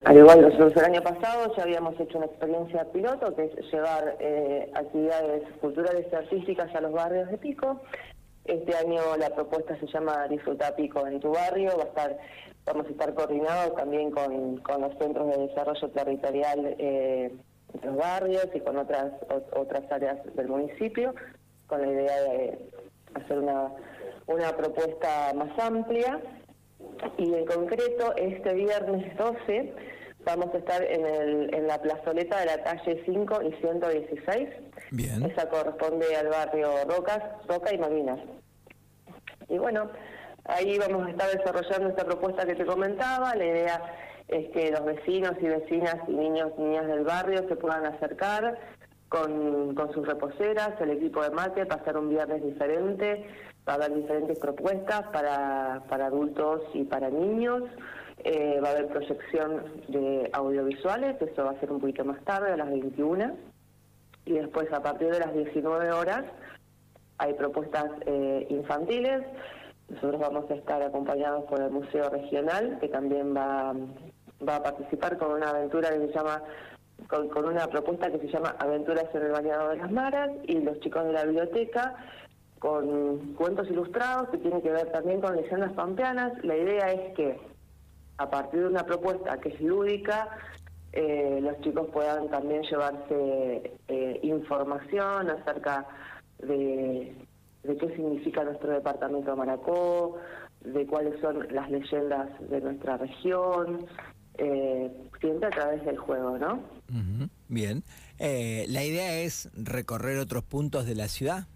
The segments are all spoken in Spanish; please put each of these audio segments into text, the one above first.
Al igual nosotros el año pasado ya habíamos hecho una experiencia piloto, que es llevar actividades culturales y artísticas a los barrios de Pico. Este año la propuesta se llama Disfruta Pico en tu barrio. Vamos a estar coordinados también con los centros de desarrollo territorial de los barrios y con otras áreas del municipio, con la idea de hacer una propuesta más amplia. Y en concreto, este viernes 12 vamos a estar en la plazoleta de la calle 5 y 116. Bien. Esa corresponde al barrio Roca y Malvinas. Y bueno, ahí vamos a estar desarrollando esta propuesta que te comentaba. La idea es que los vecinos y vecinas y niños y niñas del barrio se puedan acercar con sus reposeras, el equipo de mate, pasar un viernes diferente. Va a haber diferentes propuestas para adultos y para niños. Va a haber proyección de audiovisuales, eso va a ser un poquito más tarde, a las 21. Y después, a partir de las 19 horas, hay propuestas infantiles. Nosotros vamos a estar acompañados por el Museo Regional, que también va a participar con una aventura que se llama, con una propuesta que se llama Aventuras en el Bañado de las Maras, y los chicos de la biblioteca con cuentos ilustrados que tienen que ver también con leyendas pampeanas. La idea es que a partir de una propuesta que es lúdica, los chicos puedan también llevarse información acerca de qué significa nuestro departamento de Maracó, de cuáles son las leyendas de nuestra región, siempre a través del juego, ¿no? Uh-huh. Bien. ¿La idea es recorrer otros puntos de la ciudad?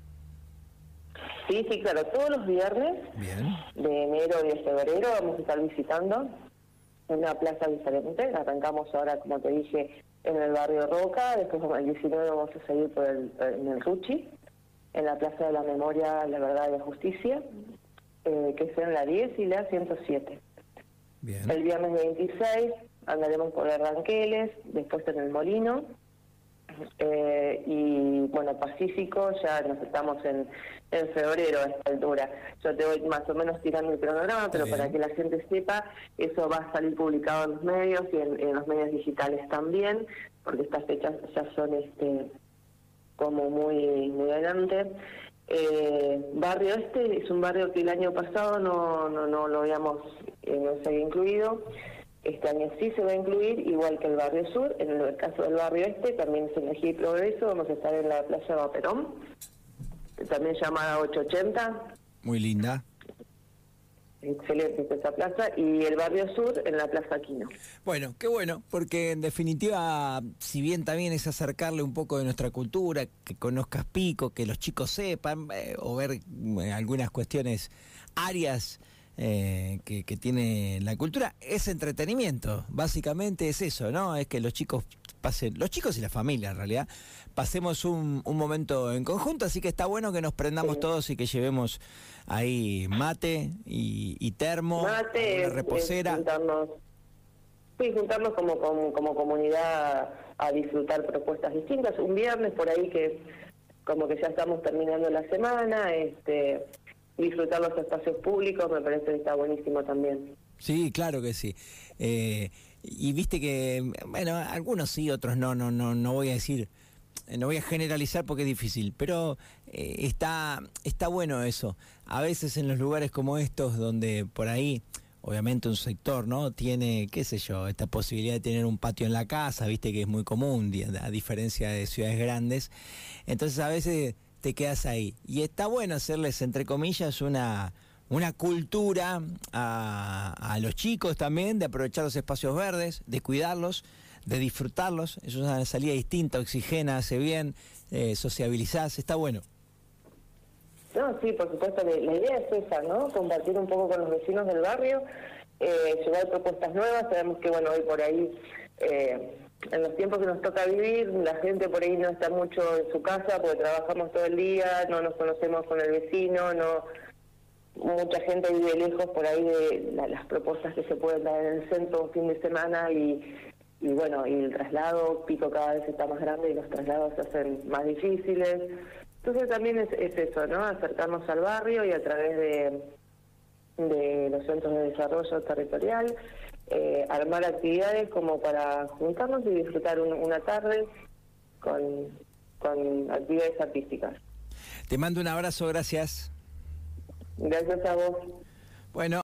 Sí, claro. Todos los viernes de enero y de febrero vamos a estar visitando una plaza diferente. Arrancamos ahora, como te dije, en el barrio Roca, después el 19 vamos a seguir en el Ruchi, en la Plaza de la Memoria, la Verdad y la Justicia, que es en la 10 y la 107. Bien. El viernes 26 andaremos por Arranqueles, después en el Molino, y bueno, Pacífico, ya nos estamos en febrero a esta altura. Yo te voy más o menos tirando el cronograma, pero para que la gente sepa, eso va a salir publicado en los medios y en los medios digitales también, porque estas fechas ya son como muy adelante. Barrio Este es un barrio que el año pasado no lo habíamos, no se había incluido. Este año sí se va a incluir, igual que el barrio sur. En el caso del barrio este, también es Energía y Progreso. Vamos a estar en la Playa Vaperón, también llamada 880. Muy linda. Excelente esta plaza. Y el barrio sur en la Plaza Aquino. Bueno, qué bueno, porque en definitiva, si bien también es acercarle un poco de nuestra cultura, que conozcas Pico, que los chicos sepan, o ver algunas cuestiones, áreas que tiene la cultura, es entretenimiento, básicamente es eso, ¿no? Es que los chicos los chicos y la familia en realidad, pasemos un momento en conjunto, así que está bueno que nos prendamos todos y que llevemos ahí mate y termo, una reposera. Juntarnos como comunidad a disfrutar propuestas distintas. Un viernes por ahí que como que ya estamos terminando la semana, disfrutar los espacios públicos me parece que está buenísimo también. Sí, claro que sí. Y viste que, bueno, algunos sí, otros no voy a decir, no voy a generalizar porque es difícil, pero está bueno eso. A veces en los lugares como estos, donde por ahí, obviamente un sector, ¿no? Tiene, qué sé yo, esta posibilidad de tener un patio en la casa, viste que es muy común, a diferencia de ciudades grandes. Entonces a veces te quedas ahí. Y está bueno hacerles, entre comillas, una cultura a los chicos también, de aprovechar los espacios verdes, de cuidarlos, de disfrutarlos. Es una salida distinta, oxigena, hace bien, sociabilizás, está bueno. No, sí, por supuesto, la idea es esa, ¿no? Compartir un poco con los vecinos del barrio, llevar propuestas nuevas. Sabemos que, bueno, hoy por ahí, en los tiempos que nos toca vivir, la gente por ahí no está mucho en su casa porque trabajamos todo el día, no nos conocemos con el vecino, mucha gente vive lejos por ahí de las propuestas que se pueden dar en el centro un fin de semana y bueno, y el traslado, Pico cada vez está más grande y los traslados se hacen más difíciles. Entonces también es eso, ¿no? Acercarnos al barrio y a través de los centros de desarrollo territorial armar actividades como para juntarnos y disfrutar una tarde con actividades artísticas. Te mando un abrazo, gracias. Gracias a vos. Bueno.